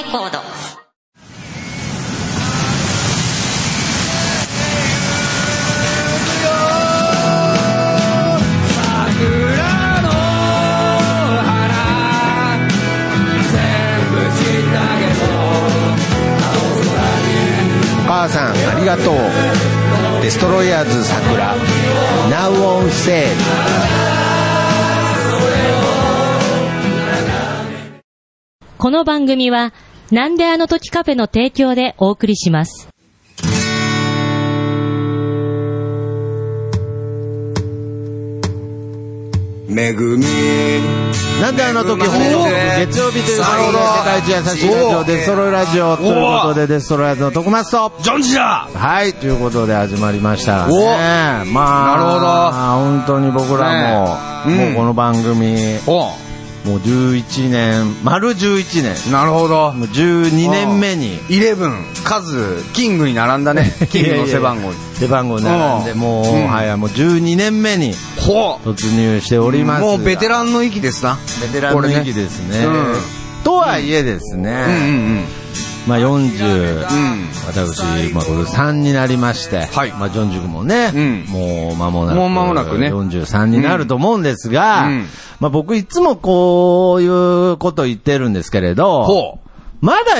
コード。 お母さんありがとう。デストロイヤーズ桜 Now on sale。 この番組はなんであの時カフェの提供でお送りします。 めぐみなんであの時放送月曜日ということで世界一優しいラジオデストロイラジオということでデストロイヤーズの徳松とジョンジだ。 はいということで始まりましたね。まあなるほど。 本当に僕らも、もうこの番組もう11年丸11年。 なるほど。 もう12年目に 11数キングに並んだね。キングの背番号に背番号に並んでもう、はいもう12年目に突入しております。 もうベテランの域ですな。 ベテランの域ですね。とはいえですね、まあ40、私、まあこれ3になりまして、まあジョンジュ君もね、もう間もなくね、43になると思うんですが、まあ僕いつもこういうこと言ってるんですけれど、まだ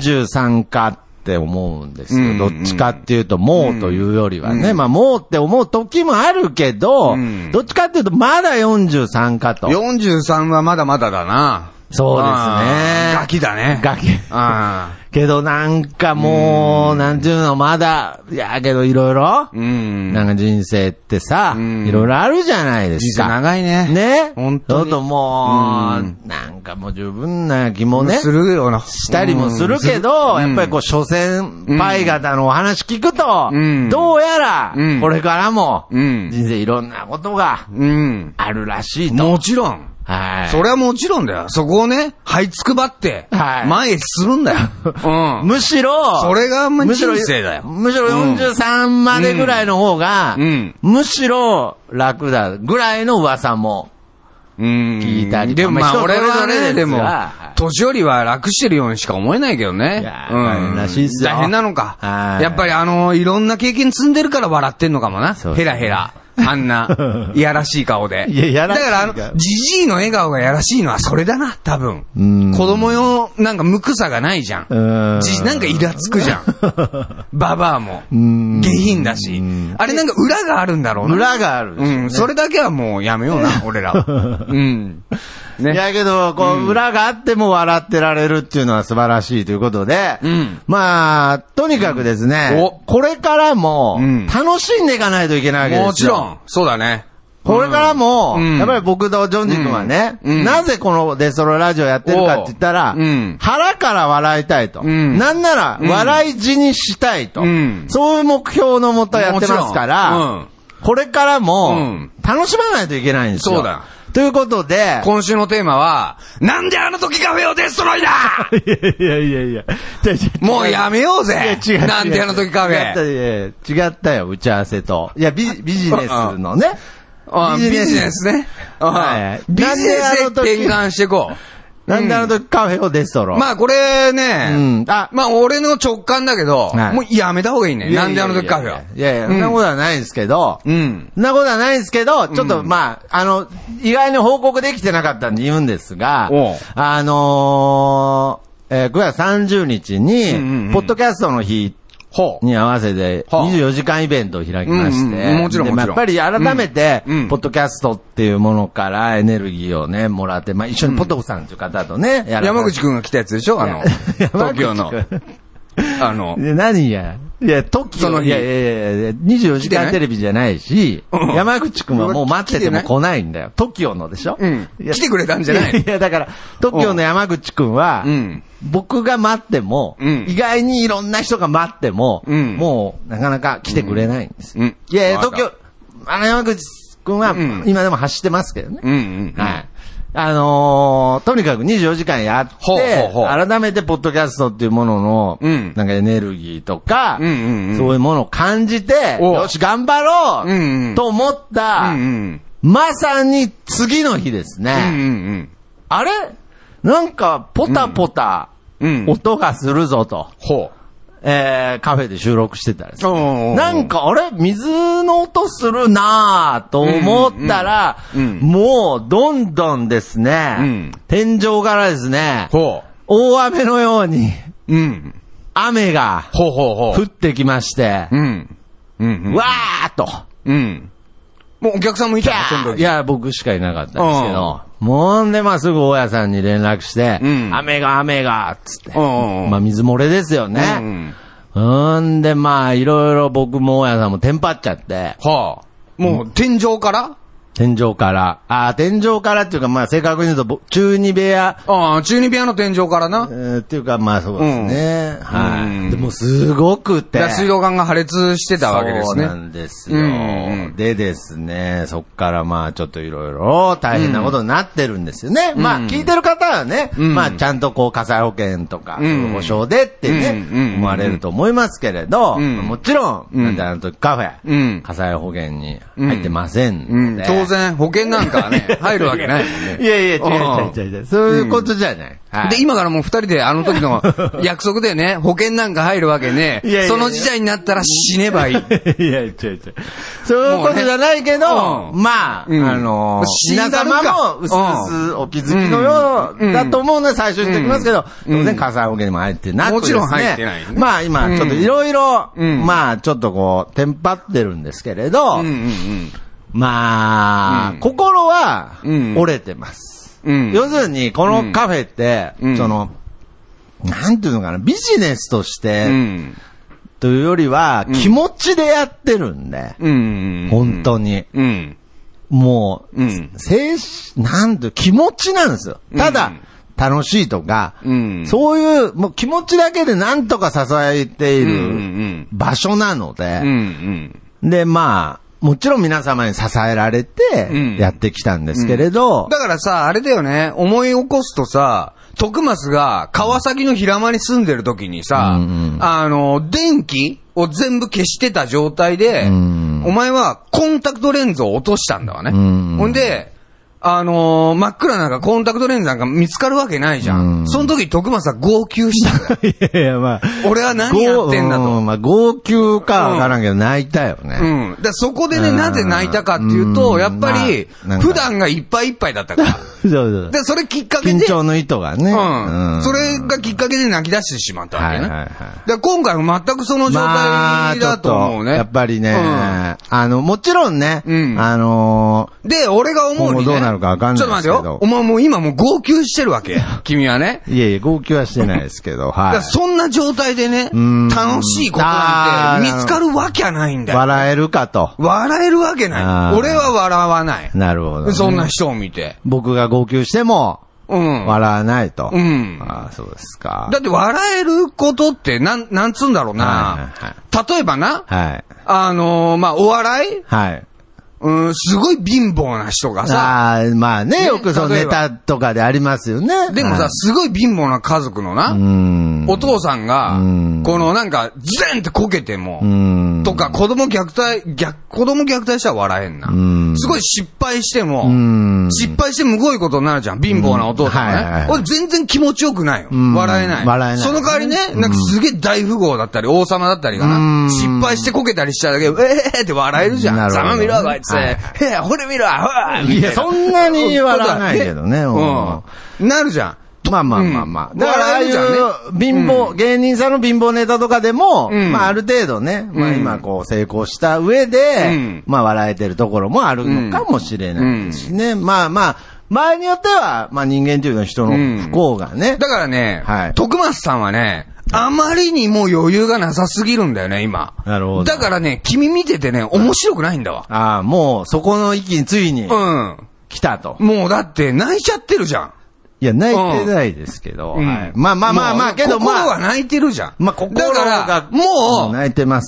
43かって思うんですよ。どっちかっていうと、もうというよりはね、まあもうって思う時もあるけど、どっちかっていうとまだ43かと。 43はまだまだだな。 そうですね。 ガキだね。 ガキ。けどなんかもう、なんていうの、まだ、いやけどいろいろ、なんか人生ってさ、いろいろあるじゃないですか。 人生長いね。 ね。 本当に。 ちょっともう、なんかもう十分な気もね、 するよな。 したりもするけど、やっぱりこう、諸先輩方のお話聞くと、どうやら、これからも、人生いろんなことが、あるらしいと。 もちろん。はい。それはもちろんだよ。そこをね、這いつくばって、前へ進むんだよ。 むしろ、 それが人生だよ。 むしろ43までぐらいの方が、むしろ楽だぐらいの噂も、聞いたり。 でもまあ俺はね、でも、年寄りは楽してるようにしか思えないけどね。 大変らしいっすよ。 大変なのか。やっぱりいろんな経験積んでるから笑ってんのかもな。ヘラヘラ。あんな、いやらしい顔で。だからジジイの笑顔がやらしいのはそれだな、多分。子供よ、なんか無垢さがないじゃん。ジジイなんかイラつくじゃん。ババアも。下品だし。あれなんか裏があるんだろうな。 裏がある。 それだけはもうやめような、俺らは。 ね。いやけど、こう、裏があっても笑ってられるっていうのは素晴らしいということで、まあ、とにかくですね、これからも、楽しんでいかないといけないわけですよ。 もちろん、そうだね。 これからも、やっぱり僕とジョンジ君はね、なぜこのデストロラジオやってるかって言ったら、腹から笑いたいと。なんなら、笑い死にしたいと。そういう目標のもとやってますから、これからも、楽しまないといけないんですよ。 そうだ。 ということで、 今週のテーマは、なんであの時カフェをデストロイだいや。 もうやめようぜ。なんであの時カフェ。違ったよ、打ち合わせと。いや、ビジネスのね。 ビジネスね。ビジネスへ転換していこう。 なんであの時カフェをデストロ。 まあこれね、まあ俺の直感だけど、もうやめた方がいいね。なんであの時カフェは。 いや、そんなことはないですけど、そんなことはないですけど、ちょっとまあ、意外に報告できてなかったんで言うんですが、9月30日に、ポッドキャストの日に合わせて24時間イベントを開きまして、 もちろんやっぱり改めて、ポッドキャストっていうものからエネルギーをね、もらって、まあ一緒にポトフさんという方とね、 山口くんが来たやつでしょ東京の。 何や。いや、その日。いや、24時間テレビじゃないし、山口くんはもう待ってても来ないんだよ。TOKIO のでしょ来てくれたんじゃないいや、だから、TOKIO の山口くんは、僕が待っても、意外にいろんな人が待っても、もうなかなか来てくれないんですよ。いや、TOKIO、山口くんは今でも走ってますけどね。はい。とにかく24時間やって、改めてポッドキャストっていうものの、なんかエネルギーとか、そういうものを感じて、よし、頑張ろうと思った、まさに次の日ですね。あれなんか、ポタポタ、 音がするぞと。 ほう。 カフェで収録してたんですよ。なんか、あれ水の音するなぁと思ったら、もう、どんどんですね、天井からですね、大雨のように、雨が降ってきまして、わーっと。 もうお客さんもいたの？ いや、僕しかいなかったんですけど、もんで、まあ、すぐ大家さんに連絡して、雨が、つって。まあ、水漏れですよね。んで、まあ、いろいろ僕も大家さんもテンパっちゃって。 はあ。もう、天井から？ 天井から。天井からっていうか、まあ、正確に言うと、中二部屋。 中二部屋の天井からな。 っていうか、まあ、そうですね。はい。でも、すごくて。 水道管が破裂してたわけですね。 そうなんですよ。でですね、そっからまあ、ちょっといろいろ大変なことになってるんですよね。まあ、聞いてる方はね、まあ、ちゃんとこう、火災保険とか、保証でってね、思われると思いますけれど、もちろん、なんであの時カフェ、火災保険に入ってませんので。 当然、保険なんかね、入るわけないもんね。 いや、違う。そういうことじゃない。 で、今からもう二人であの時の約束でね、保険なんか入るわけね。その時代になったら死ねばいい。 いや、違う。そういうことじゃないけど、まあ、皆様もうすうすお気づきのようだと思うので最初に言っておきますけど、当然火災保険にも入ってなくですね。 もちろん入ってない。 まあ今、ちょっといろいろ、まあちょっとこう、テンパってるんですけれど、まあ、心は折れてます。要するに、このカフェって、その、なんていうのかな、ビジネスとして、というよりは、気持ちでやってるんで、本当に。もう、なんていう、気持ちなんですよ。ただ、楽しいとか、そういう、もう気持ちだけでなんとか支えている場所なので、で、まあ、もちろん皆様に支えられて、やってきたんですけれど、 だからさ、あれだよね、思い起こすとさ、徳松が川崎の平間に住んでる時にさ、電気を全部消してた状態で、お前はコンタクトレンズを落としたんだわね。ほんで、真っ暗なんかコンタクトレンズなんか見つかるわけないじゃん。その時徳松は号泣したんだよ。いや、まあ。俺は何やってんだと。 まあ、号泣かわからんけど泣いたよね。 だそこでね、なぜ泣いたかっていうと、やっぱり、普段がいっぱいいっぱいだったから。で、それきっかけで。 緊張の糸がね。 それがきっかけで泣き出してしまったわけね。で、今回は全くその状態だと思うね。 やっぱりね、もちろんね、 で、俺が思うにね、 ちょっと待ってよ。お前もう今もう号泣してるわけ。君はね。 いや、号泣はしてないですけど、はい。 そんな状態でね、楽しいことなんて見つかるわけはないんだよ。 笑えるかと。 笑えるわけない。俺は笑わない。 なるほど。 そんな人を見て。 僕が号泣しても、笑わないと。そうですか。 だって笑えることって、なんつうんだろうな。例えばな。まあ、お笑いすごい貧乏な人がさ。 まあね、よくそのネタとかでありますよね。 でもさ、すごい貧乏な家族のな、お父さんが、このなんか、ゼンってこけても、とか、子供虐待したら笑えんな。すごい失敗しても、失敗してむごいことになるじゃん。貧乏なお父さんがね。俺全然気持ちよくないよ。笑えない。その代わりね、なんかすげえ大富豪だったり、王様だったりがな、失敗してこけたりしちゃうだけで、って笑えるじゃん。ざま見ろ、あいつ。ほれ見ろ、 いや、そんなに笑わないけどね。 なるじゃん。 まあ。だから、ああいう貧乏、芸人さんの貧乏ネタとかでも、まあ、ある程度ね、まあ今こう成功した上で、まあ笑えてるところもあるのかもしれないですしね。まあ、場合によっては、まあ人間というのは人の不幸がね。 だからね、徳松さんはね、あまりにも余裕がなさすぎるんだよね、今。 なるほど。 だからね、君見ててね、面白くないんだわ。 もう、そこの域についに、来たと。 もうだって、泣いちゃってるじゃん。 いや、泣いてないですけど。まあ、けどまあ。 心は泣いてるじゃん。 まあ、心が、もう、泣いてます。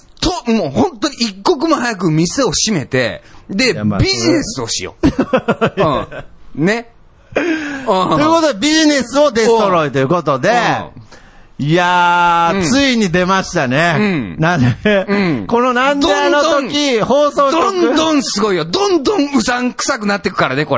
もう本当に一刻も早く店を閉めて、で、ビジネスをしよう。ね。 ということで、ビジネスをデストロイということで、いやー、ついに出ましたね。なんで、このなんであの時、放送局。 どんどんすごいよ。どんどんうさんくさくなってくからね、これ。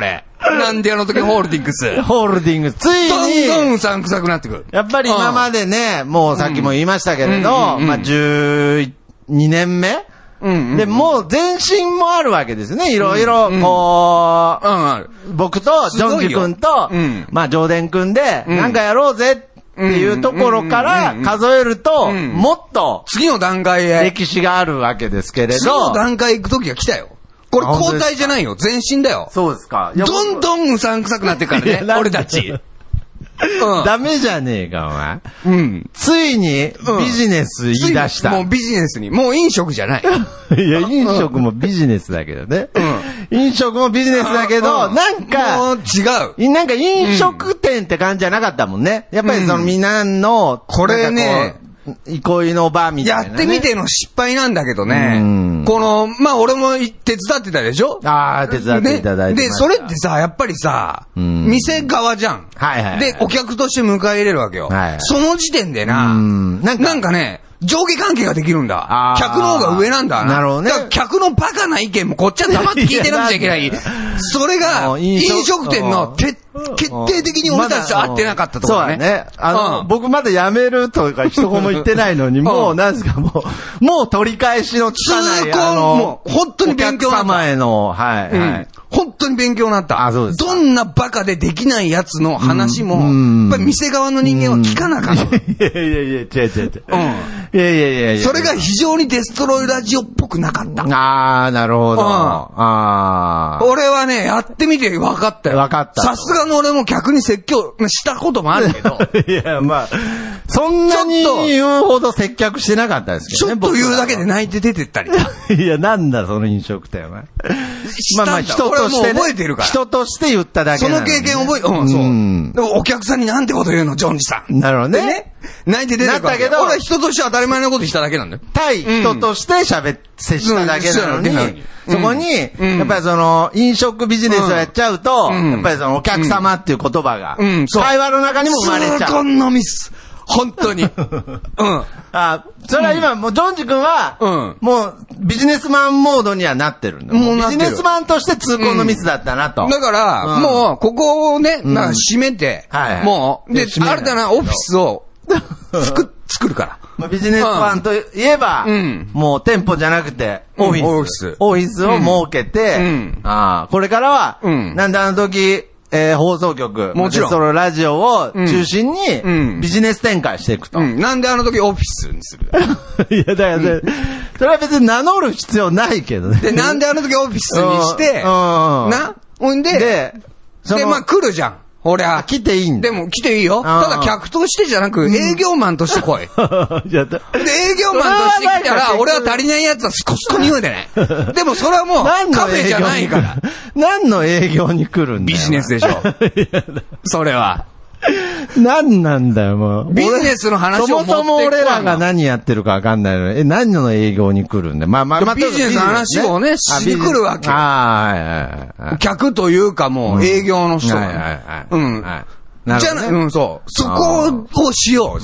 なんであの時ホールディングス。 ホールディングス。ついに。 どんどんうさんくさくなってくる。 やっぱり今までね、もうさっきも言いましたけれど、まあ、12年目で、もう前進もあるわけですね。いろいろ、こう、僕とジョンジ君と、まあ、ジョーデン君で、なんかやろうぜっていうところから数えると、もっと、 次の段階へ。 歴史があるわけですけれど。 次の段階行く時が来たよ。これ交代じゃないよ。前進だよ。 そうですか。 どんどんうさんくさくなってくからね。俺たち。 ダメじゃねえか、お前。ついにビジネス言い出した。 もうビジネスに。もう飲食じゃない。 いや、飲食もビジネスだけどね。飲食もビジネスだけど、なんか、 もう違う。 なんか飲食店って感じじゃなかったもんね。やっぱりそのみんなの、 これね、 憩いの場みたいな、ね。 やってみての失敗なんだけどね。この、まあ、俺も手伝ってたでしょ？ ああ、手伝っていただいてで、それってさ、やっぱりさ、店側じゃん。 はいはい。 で、お客として迎え入れるわけよ。はい。その時点でな、なんかね、上下関係ができるんだ。客の方が上なんだな。 なるほどね。 客のバカな意見もこっちは黙って聞いてなくちゃいけない。それが、飲食店の決定的に俺たちと合ってなかったところね。 そうだね。僕まだ辞めるとか一言も言ってないのに、もうなんですか、もう取り返しのつかない。 もう本当に勉強になった。 お客様への、はい。 本当に勉強になった。 そうです。 どんなバカでできないやつの話も、やっぱり店側の人間は聞かなかった。いや、違う。いや。 それが非常にデストロイラジオっぽくなかった。 なるほど。 俺はね、やってみて分かったよ。 分かった。 さすがの俺も客に説教したこともあるけど。 いや、まあ、そんなに言うほど接客してなかったですけどね。 ちょっと言うだけで泣いて出てったり。 いや、なんだ、その飲食店は。まあ、人として、 覚えてるから。 人として言っただけ。 その経験覚えて、そう。でもお客さんになんてこと言うの、ジョンジさん。 なるほどね。 泣いて出てるから。だけど、俺は人として当たり前のことしただけなんだよ。 対人として接しただけなのに、そこに、やっぱりその、飲食ビジネスをやっちゃうと、やっぱりその、お客様っていう言葉が、会話の中にも生まれちゃう。 痛恨のミス。本当に。 それは今、もう、ジョンジ君は、もう、ビジネスマンモードにはなってるんだ。もうビジネスマンとして痛恨のミスだったなと。 だから、もう、ここをね、閉めて、もう、で、新たなオフィスを、作るから。 ビジネスマンといえば、もう店舗じゃなくて、オフィスを設けて、これからは、なんであの時、放送局、 もちろんそのラジオを中心に、ビジネス展開していくと。 なんであの時オフィスにするいや、だから、それは別に名乗る必要ないけどね。 で、なんであの時オフィスにして、ほんで、まあ来るじゃん。俺は。 来ていいんだ。 でも来ていいよ。ただ客としてじゃなく、営業マンとして来い。で、営業マンとして来たら、俺は足りないやつは少しに言うでね。でもそれはもう、カフェじゃないから。 何の営業に来るんだよ。 ビジネスでしょ。それは。 何なんだよ、もう。 ビジネスの話を持ってそもそも俺らが何やってるか分かんないのに、何の営業に来るんだよ。 ビジネスの話をね、しに来るわけ。客というかもう営業の人が。じゃあ、そう。そこをしよう。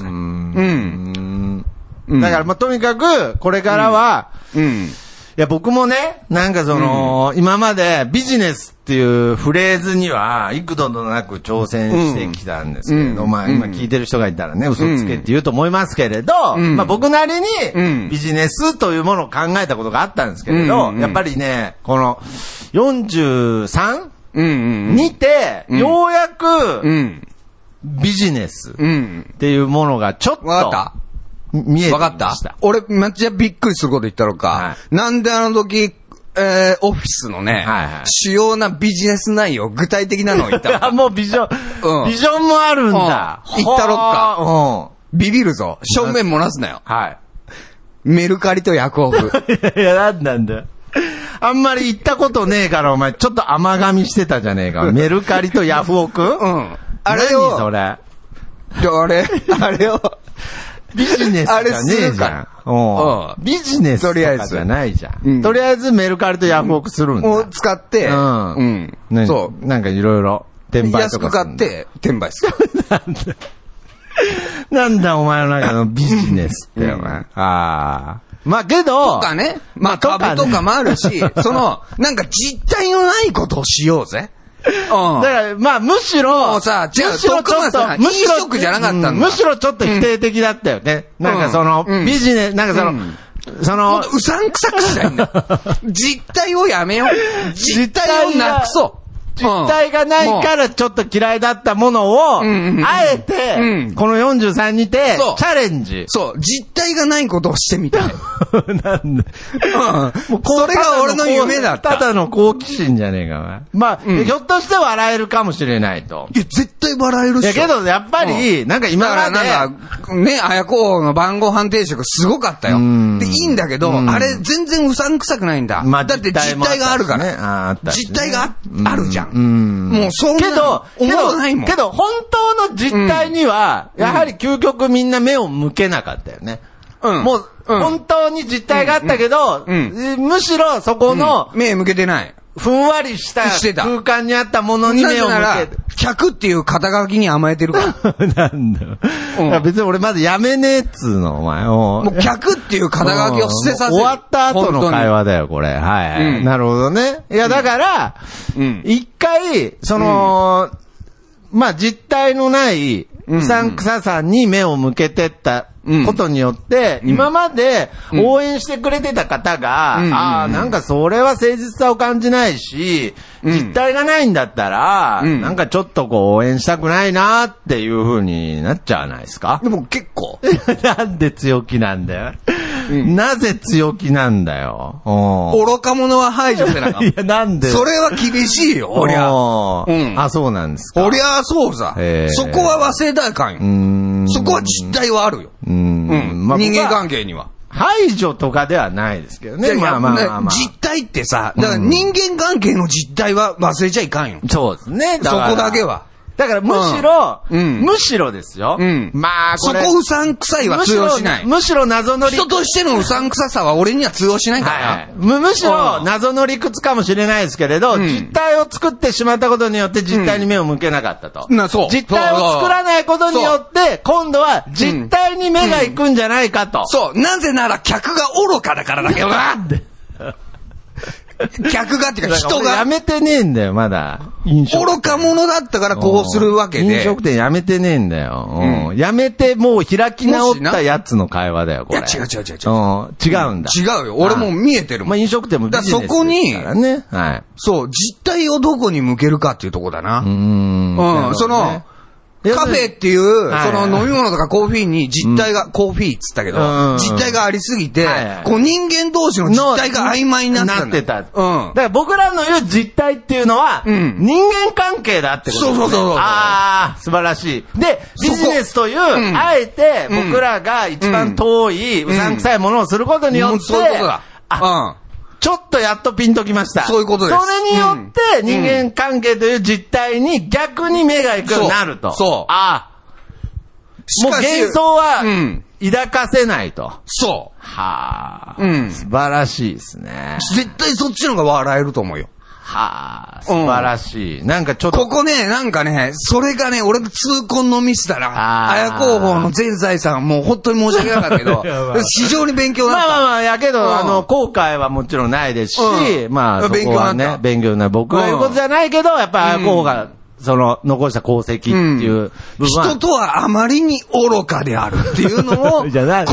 だから、とにかく、これからは、いや、僕もね、なんかその、今までビジネスっていうフレーズには幾度となく挑戦してきたんですけれど、まあ今聞いてる人がいたらね、嘘つけって言うと思いますけれど、まあ僕なりにビジネスというものを考えたことがあったんですけれど、やっぱりね、この 43? にて、ようやくビジネスっていうものがちょっと、見えてきました。 わかった俺、めっちゃびっくりすること言ったのか。なんであの時、オフィスのね、主要なビジネス内容、具体的なのを言ったの。 もうビジョンもあるんだ。 言ったろっか。ビビるぞ。正面漏らすなよ。メルカリとヤフオク。 いや、なんだよ。あんまり言ったことねえから、お前、ちょっと甘噛みしてたじゃねえか。メルカリとヤフオクあれよ。 何それ。 あれよ。 ビジネスじゃねえじゃん。ビジネスとかじゃないじゃん。とりあえずメルカリとヤフオクするんだ。 を使って、 そう。なんかいろいろ転売とか。 安く買って転売する。 なんだお前の中のビジネスってお前。まあけど。 とかね。まあ株とかもあるし、その、なんか実体のないことをしようぜ。 だから、まあ、むしろ、 さ、むしろちょっと、むしろじゃなかったんだ。 むしろちょっと否定的だったよね。なんかその、ビジネス、なんかその、 うさんくさくしたいんだ。実態をやめよう。実態をなくそう。 実体がないからちょっと嫌いだったものを、あえて、この43にて、チャレンジ。 そう、実体がないことをしてみたい。 なんで。 それが俺の夢だった。 ただの好奇心じゃねえか。まあ、ひょっとして笑えるかもしれないと。 いや、絶対笑えるし。いやけど、やっぱり、なんか今まで。 なんか、ね、綾子の晩ご飯定食すごかったよ。で、いいんだけど、あれ全然うさんくさくないんだ。だって実体があるから。実体があるじゃん。もうそんな思わないもん。 けど、本当の実態には、やはり究極みんな目を向けなかったよね。もう、本当に実態があったけど、むしろそこの、 目向けてない。 ふんわりした空間にあったものに目を向けて。 客っていう肩書きに甘えてるから。 なんだよ。別に俺まだやめねえっつうの、お前。 もう客っていう肩書きを捨てさせる。 終わった後の会話だよ、これ。はい。なるほどね。いや、だから、一回、その、まあ、実体のない、うさんくささに目を向けてったことによって、今まで応援してくれてた方が、ああ、なんかそれは誠実さを感じないし、実体がないんだったら、なんかちょっとこう応援したくないなっていう風になっちゃわないですか？ でも結構。 なんで強気なんだよ。なぜ強気なんだよ。 愚か者は排除せなかった。 いや、なんでそれは厳しいよ、おりゃ。 あ、そうなんですか。 おりゃ、そうさ。そこは和製大官よ。そこは実態はあるよ。人間関係には。 排除とかではないですけどね。まあまあ実態ってさ、だから人間関係の実態は忘れちゃいかんよ。 そうですね。 そこだけは。 だからむしろですよ。まあそこうさんくさいは通用しない。 むしろ謎の理屈。 人としてのうさんくささは俺には通用しないから。 むしろ謎の理屈かもしれないですけれど、実態を作ってしまったことによって実態に目を向けなかったと。実態を作らないことによって、今度は実態に目が行くんじゃないかと。 そう。なぜなら客が愚かだからだけどな。客がっていうか人が。 やめてねえんだよ、まだ。 愚か者だったからこうするわけで。 飲食店やめてねえんだよ。やめてもう開き直ったやつの会話だよ、これ。 いや、違う。 違うんだ。 違うよ。俺もう見えてるもん。 まあ飲食店もビジネスですからね。そこに、はい。 そう、実態をどこに向けるかっていうとこだな。その、カフェっていう、その飲み物とかコーヒーに実態が、コーヒーっつったけど、実態がありすぎて、こう人間同士の実態が曖昧になってた。だから僕らの言う実態っていうのは、人間関係だってことですね。 そう。 ああ、素晴らしい。で、ビジネスという、あえて僕らが一番遠い、うさんくさいものをすることによって、 そういうことだ。 ちょっとやっとピンときました。 そういうことです。 それによって人間関係という実態に逆に目が行くようになると。 そう。 ああ。もう幻想は抱かせないと。 そう。 はあ。素晴らしいですね。 絶対そっちの方が笑えると思うよ。 はあ、素晴らしい。なんかちょっと。 ここね、なんかね、それがね、俺の痛恨のミスだな。綾候補の全財産、もう本当に申し訳なかったけど、非常に勉強になった。 まあ、やけど、後悔はもちろんないですし、まあ、そこはね、勉強になる。僕が言うことじゃないけど、やっぱ綾候補が、残した功績っていう部分は、 人とはあまりに愚かであるっていうのを、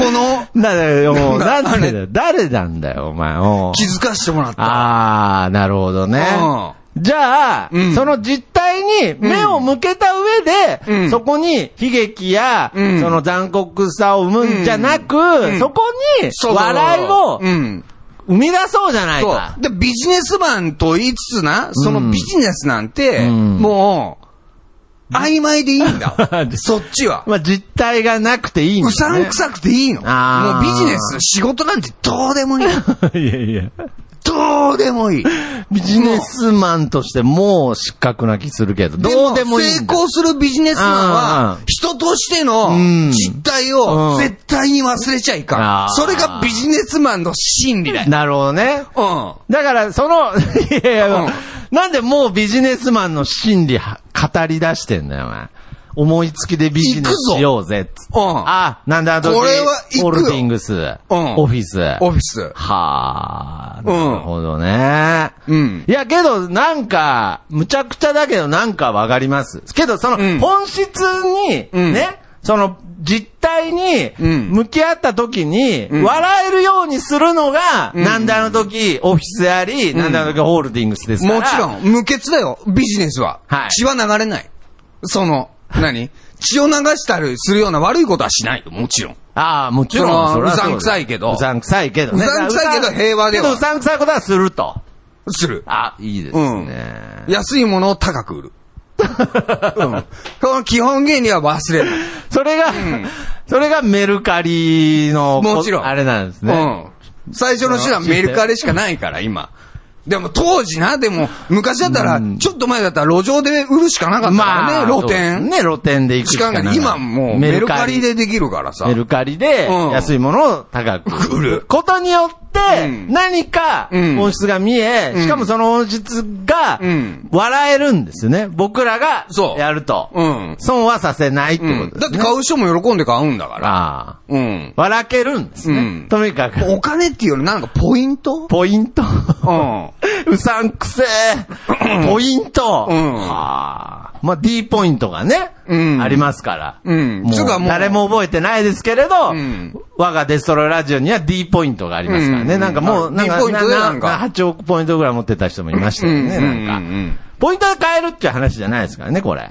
誰なんだよ、お前。 気づかしてもらった。 ああ、なるほどね。じゃあ、その実態に目を向けた上で、そこに悲劇や、その残酷さを生むんじゃなく、そこに笑いを、生み出そうじゃないか。 で、ビジネスマンと言いつつな、そのビジネスなんて、もう、曖昧でいいんだ。そっちは。 まあ、実態がなくていいんだ、ね。 うさんくさくていいの。もうビジネス、仕事なんてどうでもいい。 いや。 どうでもいい。 ビジネスマンとしてもう失格な気するけど、どうでもいい。 成功するビジネスマンは、人としての実態を絶対に忘れちゃいかん。それがビジネスマンの心理だよ。 なるほどね。だから、なんでもうビジネスマンの心理語り出してんだよ、お前。 思いつきでビジネスしようぜっつって。なんでこれはホールディングス、オフィス。 はあ、なるほどね。いや、けど、なんか、むちゃくちゃだけど、なんかわかります。けど、その、本質に、ね、その、実態に、向き合った時に、笑えるようにするのが、なんであの時、オフィスであり、なんであの時、ホールディングスですから。 もちろん、無欠だよ、ビジネスは。血は流れない。血を流したりするような悪いことはしないよ、もちろん。 もちろん。 うさんくさいけど。 うさんくさいけどね。 うさんくさいけど平和では。 けどうさんくさいことはすると。 する。 いいですね。 安いものを高く売る。この基本原理は忘れない。 それがメルカリの、 もちろん。 あれなんですね。 最初の手段メルカリしかないから、今。でも当時でも昔だったら、ちょっと前だったら路上で売るしかなかったからね、露店。 ね、露店で行くしかない。 今もうメルカリでできるからさ。 メルカリで安いものを高く売ることによって、何か本質が見え、しかもその本質が笑えるんですよね。僕らがやると。損はさせないってことですね。 だって買う人も喜んで買うんだから。 笑けるんですね。とにかく。 お金っていうよりなんかポイントうさんくせえ。ポイント。D ポイントがね、ありますから。もう誰も覚えてないですけれど、我がデストロイラジオには D ポイントがありますからね。なんかもう、8億ポイントぐらい持ってた人もいましたよね。なんか。ポイントで買えるっていう話じゃないですからね、これ。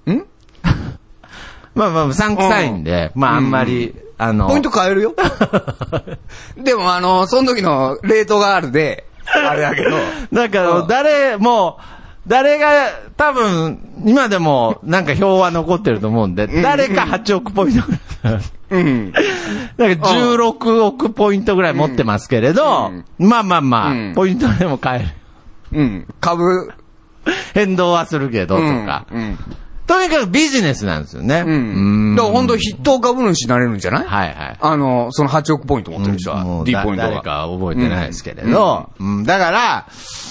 うさんくさいんで、あんまり、 ポイント買えるよ。でもその時のレートがあるで、あれだけど。 なんか、誰が、多分、今でも、なんか票は残ってると思うんで、誰か8億ポイントぐらい。なんか16億ポイントぐらい持ってますけれど、ポイントでも買える。 株、 変動はするけど、とか。とにかくビジネスなんですよね。だから本当筆頭株主になれるんじゃない？その8億ポイント持ってる人は、D ポイントが。 誰か覚えてないですけれど、だから、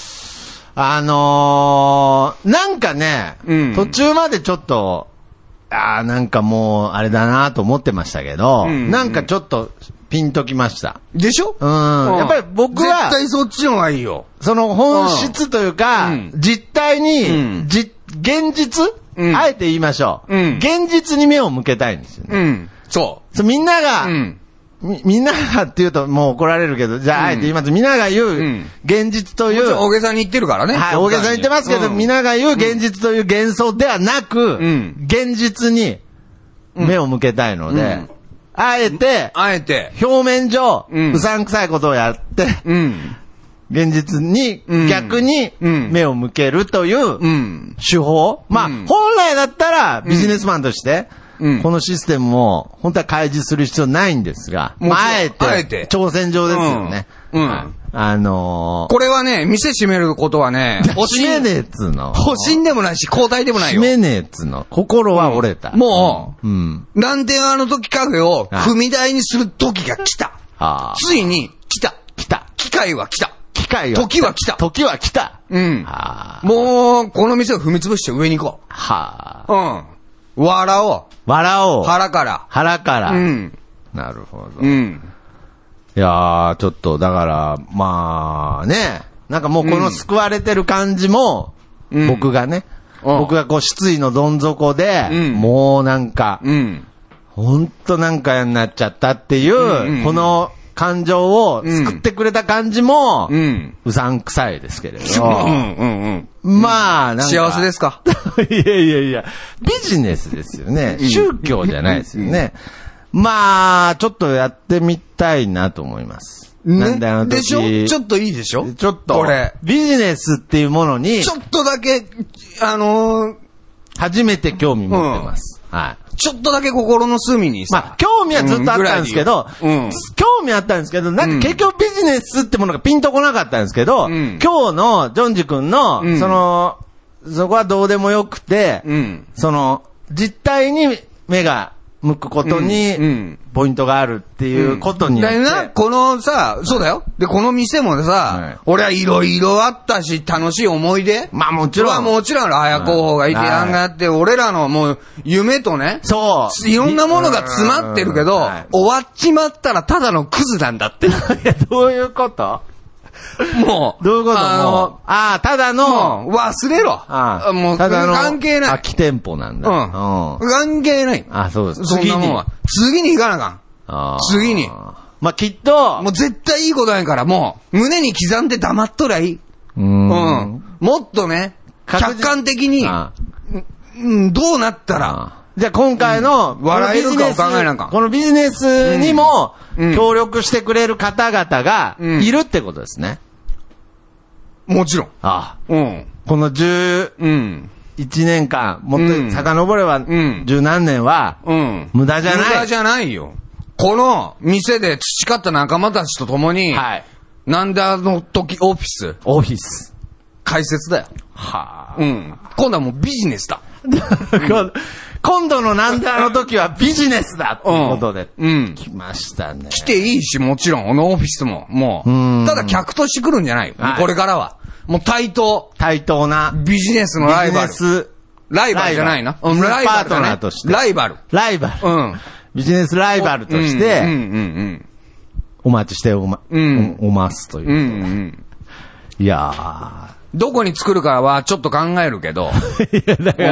なんかね、途中までちょっと、なんかもう、あれだなと思ってましたけど、なんかちょっと、ピンときました。 でしょ？ やっぱり僕は、 絶対そっちの方がいいよ。 その本質というか、実態に、現実あえて言いましょう。現実に目を向けたいんですよね。みんなが、みんながって言うともう怒られるけど、じゃああえて言います。みんなが言う現実という。 大げさに言ってるからね。 大げさに言ってますけど、みんなが言う現実という幻想ではなく、現実に目を向けたいので、あえて、表面上、うさんくさいことをやって、現実に逆に目を向けるという手法。本来だったらビジネスマンとして、このシステムを本当は開示する必要ないんですが、あえて挑戦状ですよね。 これはね、店閉めることはね、 閉めねえっつの。 保身でもないし、交代でもないよ。 閉めねえっつの。心は折れた。 もう、なんであの時カフェを踏み台にする時が来た。ついに来た。機会は来た。時は来た。もう、この店を踏み潰して上に行こう。笑おう。腹から。 なるほど。いやー、ちょっと、だから、なんかもうこの救われてる感じも、僕がこう失意のどん底で、もうなんか、ほんとなんかになっちゃったっていう、この感情を救ってくれた感じも、うさんくさいですけれど。なんか。 幸せですか？ いや、ビジネスですよね。宗教じゃないですよね。ちょっとやってみたいなと思います。なんで時でしょ？ちょっといいでしょ？ ちょっと。これ。ビジネスっていうものに、 ちょっとだけ、 初めて興味持ってます。 ちょっとだけ心の隅にさ。 興味はずっとあったんですけど、興味あったんですけど、なんか結局ビジネスってものがピンとこなかったんですけど、今日のジョンジ君の、そこはどうでもよくて、実態に目が向くことに、ポイントがあるっていうことによって。 だよな、このさ、そうだよ。で、この店もさ、俺はいろいろあったし、楽しい思い出。 まあもちろん。 もちろん、綾候補がいて、やんがあって、俺らのもう、夢とね。 そう。 いろんなものが詰まってるけど、終わっちまったらただのクズなんだって。いや、どういうこともう。 どういうことただの。 忘れろ。もう、関係ない。 空き店舗なんだ。 関係ない。 そうです。 そんなもんは。次に行かなあかん。次に。 まあ、きっと。 もう絶対いいことないから、もう、胸に刻んで黙っとりゃいい。もっとね、客観的に、どうなったら。 じゃあ今回の、 笑えるかを考えなかん。 このビジネスにも、協力してくれる方々が、いるってことですね。 もちろん。 この11年間、もっと遡れば、十何年は、無駄じゃない。 無駄じゃないよ。この店で培った仲間たちと共に、なんであの時オフィス。解説だよ。今度はもうビジネスだ。 今度のなんであの時はビジネスだっていうことで、来ましたね。 来ていいし、もちろん、このオフィスも、もう、ただ客として来るんじゃないよ。これからは。もう対等なビジネスのライバル。ライバルじゃないな。 ライバルパートナーとして。 ライバル。 ビジネスライバルとして、お待ちしておますという。いやー。 どこに作るかはちょっと考えるけど。 いや、だから、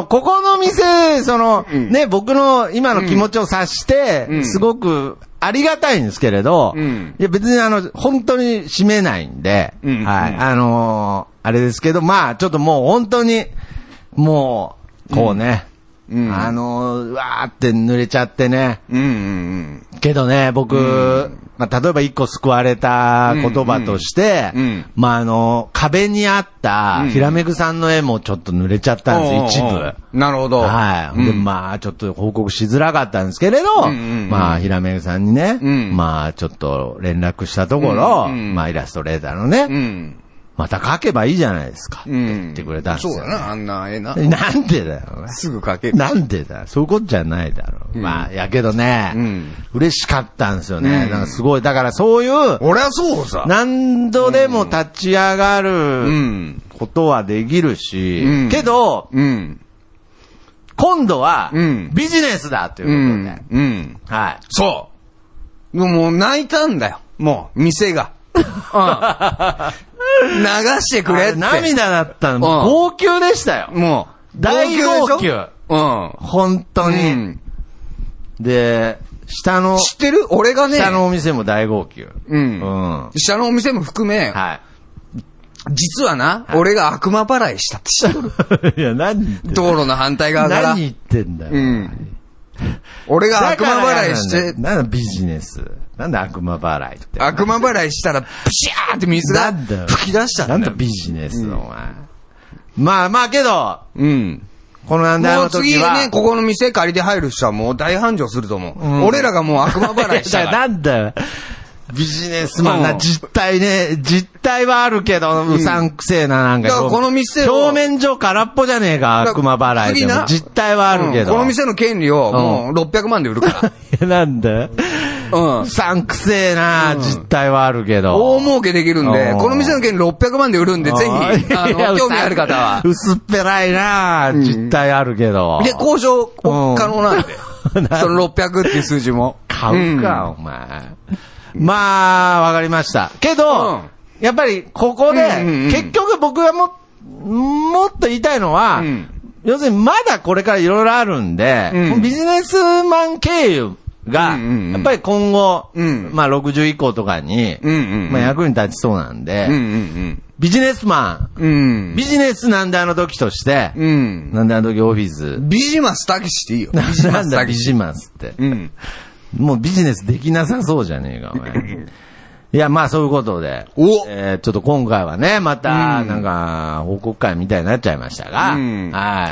ここの店、ね、僕の今の気持ちを察して、すごくありがたいんですけれど、いや別に本当に閉めないんで、はい、あれですけど、まあ、ちょっともう本当に、もう、こうね、わーって濡れちゃってね。けどね、僕、まあ、例えば一個救われた言葉として、まあ、壁にあった、ひらめぐさんの絵もちょっと濡れちゃったんです、一部。 なるほど。 はい。で、まあ、ちょっと報告しづらかったんですけれど、まあ、ひらめぐさんにね、まあ、ちょっと連絡したところ、まあ、イラストレーターのね、また書けばいいじゃないですか。って言ってくれたんですよ。 そうだな、あんな絵な。 なんでだよ。 すぐ書ける。 なんでだよ。そういうことじゃないだろう。まあ、やけどね、嬉しかったんですよね。なんかすごい、だからそういう、 俺はそうさ。 何度でも立ち上がることはできるし、けど、今度は、ビジネスだということで。はい。 そう。もう泣いたんだよ。もう、店が。流してくれって。 涙だったの。号泣でしたよ。 もう。大号泣。本当に。で、下の。 知ってる？俺がね。 下のお店も大号泣。 下のお店も含め。はい。実はな、俺が悪魔払いしたって知ってる。 いや、何道路の反対側から。 何言ってんだよ。 俺が悪魔払いして。 なんだビジネス。なんで悪魔払いって。 悪魔払いしたら、プシャーって水が吹き出したんだよ。 なんだビジネスの、お前。まあまあけど、このなんであの時は。 もう次ね、ここの店借りて入る人はもう大繁盛すると思う。俺らがもう悪魔払いしたら。 なんだよ。ビジネスマンな、実態はあるけど、うさんくせえな、なんか。 だからこの店を。 表面上空っぽじゃねえか、悪魔払いでも。実態はあるけど。 この店の権利をもう600万で売るから。いや、なんでうさんくせえな、実態はあるけど。 大儲けできるんで、この店の権利600万で売るんで、ぜひ、興味ある方は。 薄っぺらいな、実態あるけど。 で、交渉可能なんで。その600っていう数字も。 買うか、お前。まあ、わかりました。けど、やっぱりここで、結局僕がもっと言いたいのは、要するにまだこれからいろいろあるんで、ビジネスマン経由が、やっぱり今後、まあ60以降とかに、まあ役に立ちそうなんで、ビジネスマン、ビジネスなんであの時として、なんであの時オフィス。 ビジマスたけしっていいよ。 なんだビジマスって。もうビジネスできなさそうじゃねえか、お前。いや、まあそういうことで。ちょっと今回はね、また、なんか、報告会みたいになっちゃいましたが。はい。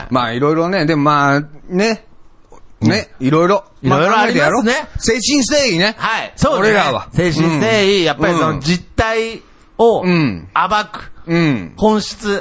まあいろいろね、でもまあ、ね、いろいろ。 いろいろありますね。 誠心誠意ね。 はい。そうね。 俺らは。 誠心誠意、やっぱりその実態を暴く。本質。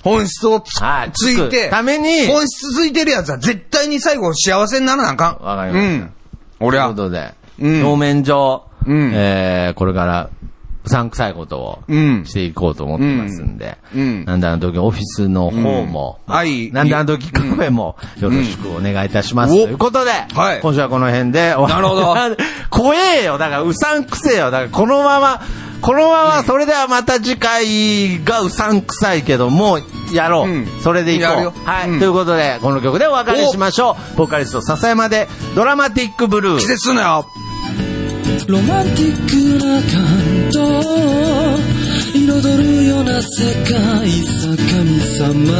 本質をついて、 ために、 本質ついてるやつは絶対に最後幸せにならなあかん。 わかりました。 俺は。 ということで、表面上、これから、うさんくさいことをしていこうと思ってますんで、なんであの時オフィスの方も、なんであの時カフェもよろしくお願いいたしますということで、今週はこの辺で、 なるほど。 怖えよ、だからうさんくせえよ、だからこのまま、それではまた次回がうさんくさいけど、もうやろう。それでいこう。はい。ということで、この曲でお別れしましょう。ボーカリスト笹山でドラマティックブルー。 季節すんなよ。 ロマンティックな感動彩るような世界さ神様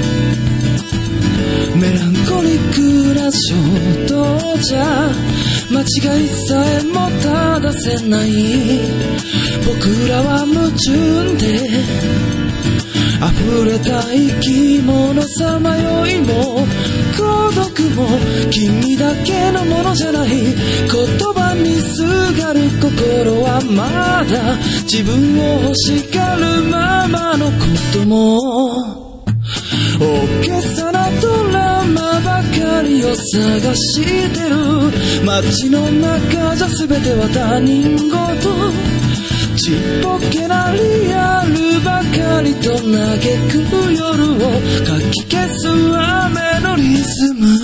メランコリックな衝動じゃ間違いさえも正せない僕らは矛盾で溢れた生き物さまよいも孤独も君だけのものじゃない言葉にすがる心はまだ自分を欲しがるままのことも大げさなドラマばかりを探してる街の中じゃ全ては他人事ちっぽけなリアルばかりと嘆く夜をかき消す雨のリズム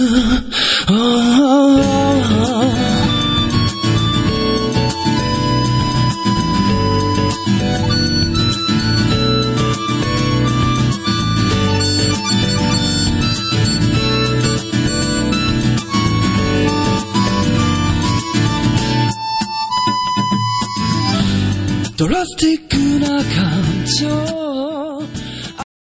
ドラスティックな感情